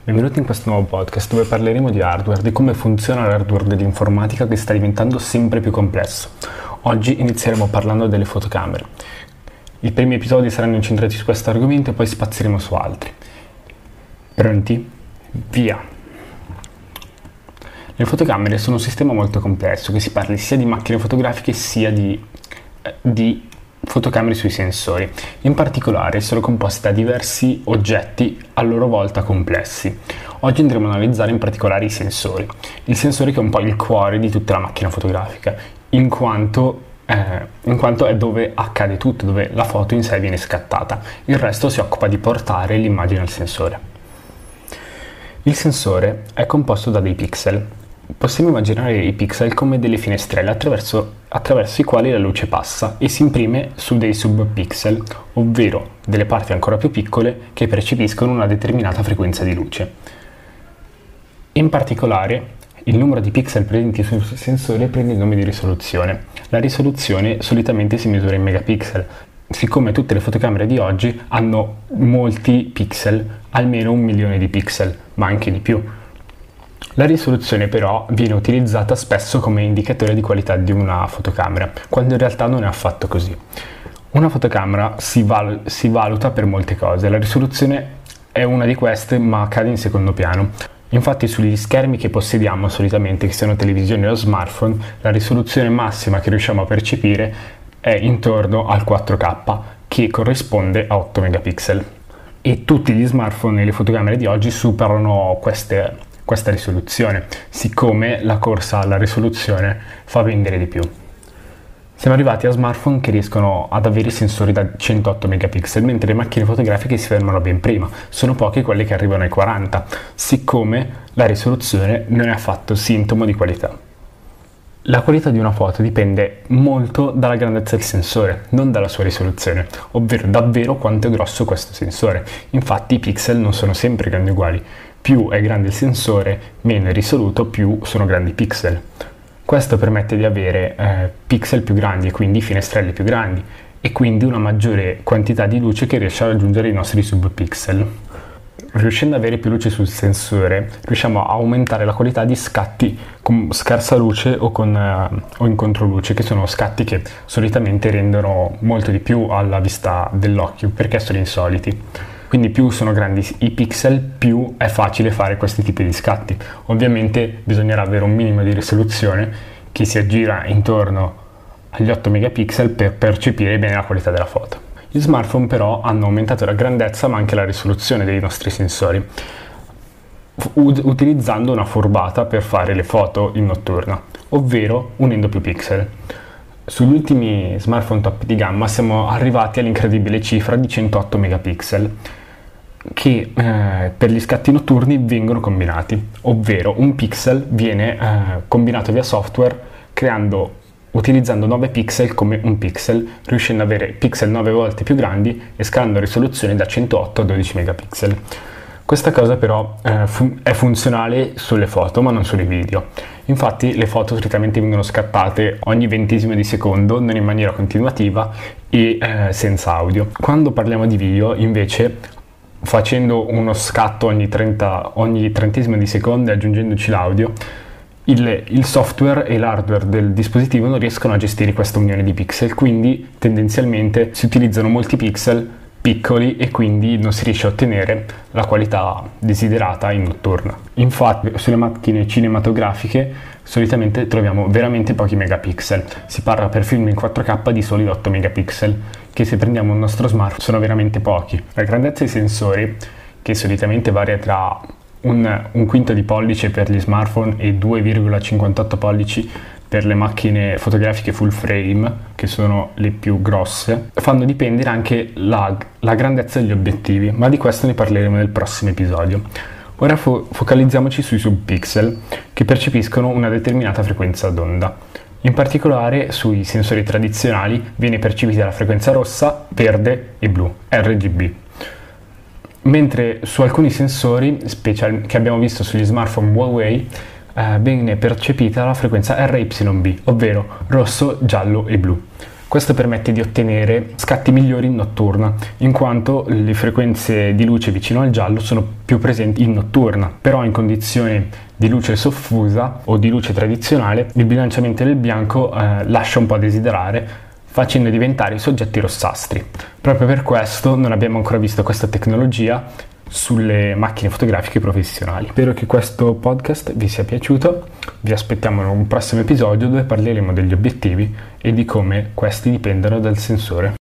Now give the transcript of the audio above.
Benvenuti in questo nuovo podcast dove parleremo di hardware, di come funziona l'hardware dell'informatica che sta diventando sempre più complesso. Oggi inizieremo parlando delle fotocamere. I primi episodi saranno incentrati su questo argomento e poi spazieremo su altri. Pronti? Via! Le fotocamere sono un sistema molto complesso, che si parli sia di macchine fotografiche sia di fotocamere sui sensori. In particolare sono composte da diversi oggetti a loro volta complessi. Oggi andremo ad analizzare in particolare i sensori. Il sensore che è un po' il cuore di tutta la macchina fotografica, in quanto è dove accade tutto, dove la foto in sé viene scattata. Il resto si occupa di portare l'immagine al sensore. Il sensore è composto da dei pixel. Possiamo immaginare i pixel come delle finestrelle attraverso i quali la luce passa e si imprime su dei subpixel, ovvero delle parti ancora più piccole che percepiscono una determinata frequenza di luce. In particolare, il numero di pixel presenti sul sensore prende il nome di risoluzione. La risoluzione solitamente si misura in megapixel. Siccome tutte le fotocamere di oggi hanno molti pixel, almeno 1 milione di pixel, ma anche di più. La risoluzione però viene utilizzata spesso come indicatore di qualità di una fotocamera, quando in realtà non è affatto così. Una fotocamera si valuta per molte cose, la risoluzione è una di queste ma cade in secondo piano. Infatti sugli schermi che possediamo solitamente, che siano televisioni o smartphone, la risoluzione massima che riusciamo a percepire è intorno al 4K, che corrisponde a 8 megapixel. E tutti gli smartphone e le fotocamere di oggi superano questa risoluzione, siccome la corsa alla risoluzione fa vendere di più. Siamo arrivati a smartphone che riescono ad avere sensori da 108 megapixel, mentre le macchine fotografiche si fermano ben prima. Sono poche quelle che arrivano ai 40, siccome la risoluzione non è affatto sintomo di qualità. La qualità di una foto dipende molto dalla grandezza del sensore, non dalla sua risoluzione, ovvero davvero quanto è grosso questo sensore. Infatti i pixel non sono sempre grandi uguali. Più è grande il sensore, meno è risoluto, più sono grandi i pixel. Questo permette di avere pixel più grandi e quindi finestrelle più grandi e quindi una maggiore quantità di luce che riesce a raggiungere i nostri subpixel. Riuscendo ad avere più luce sul sensore, riusciamo a aumentare la qualità di scatti con scarsa luce o in controluce, che sono scatti che solitamente rendono molto di più alla vista dell'occhio, perché sono insoliti. Quindi più sono grandi i pixel, più è facile fare questi tipi di scatti. Ovviamente bisognerà avere un minimo di risoluzione che si aggira intorno agli 8 megapixel per percepire bene la qualità della foto. Gli smartphone però hanno aumentato la grandezza ma anche la risoluzione dei nostri sensori, utilizzando una furbata per fare le foto in notturna, ovvero unendo più pixel. Sugli ultimi smartphone top di gamma siamo arrivati all'incredibile cifra di 108 megapixel che per gli scatti notturni vengono combinati, ovvero un pixel viene combinato via software utilizzando 9 pixel come un pixel, riuscendo ad avere pixel 9 volte più grandi e scalando risoluzione da 108 a 12 megapixel. Questa cosa però è funzionale sulle foto ma non sui video. Infatti le foto solitamente vengono scattate ogni ventesimo di secondo, non in maniera continuativa e senza audio. Quando parliamo di video invece, facendo uno scatto ogni trentesimo di secondo e aggiungendoci l'audio, il software e l'hardware del dispositivo non riescono a gestire questa unione di pixel, quindi tendenzialmente si utilizzano molti pixel piccoli e quindi non si riesce a ottenere la qualità desiderata in notturna. Infatti sulle macchine cinematografiche solitamente troviamo veramente pochi megapixel. Si parla per film in 4K di soli 8 megapixel, che se prendiamo il nostro smartphone sono veramente pochi. La grandezza dei sensori, che solitamente varia tra un quinto di pollice per gli smartphone e 2,58 pollici per le macchine fotografiche full frame, che sono le più grosse, fanno dipendere anche la grandezza degli obiettivi, ma di questo ne parleremo nel prossimo episodio. Ora focalizziamoci sui subpixel, che percepiscono una determinata frequenza d'onda. In particolare sui sensori tradizionali viene percepita la frequenza rossa, verde e blu, RGB. Mentre su alcuni sensori, che abbiamo visto sugli smartphone Huawei, viene percepita la frequenza RYB, ovvero rosso, giallo e blu. Questo permette di ottenere scatti migliori in notturna, in quanto le frequenze di luce vicino al giallo sono più presenti in notturna, però in condizioni di luce soffusa o di luce tradizionale il bilanciamento del bianco lascia un po' a desiderare, facendo diventare i soggetti rossastri. Proprio per questo non abbiamo ancora visto questa tecnologia sulle macchine fotografiche professionali. Spero che questo podcast vi sia piaciuto, vi aspettiamo in un prossimo episodio dove parleremo degli obiettivi e di come questi dipendano dal sensore.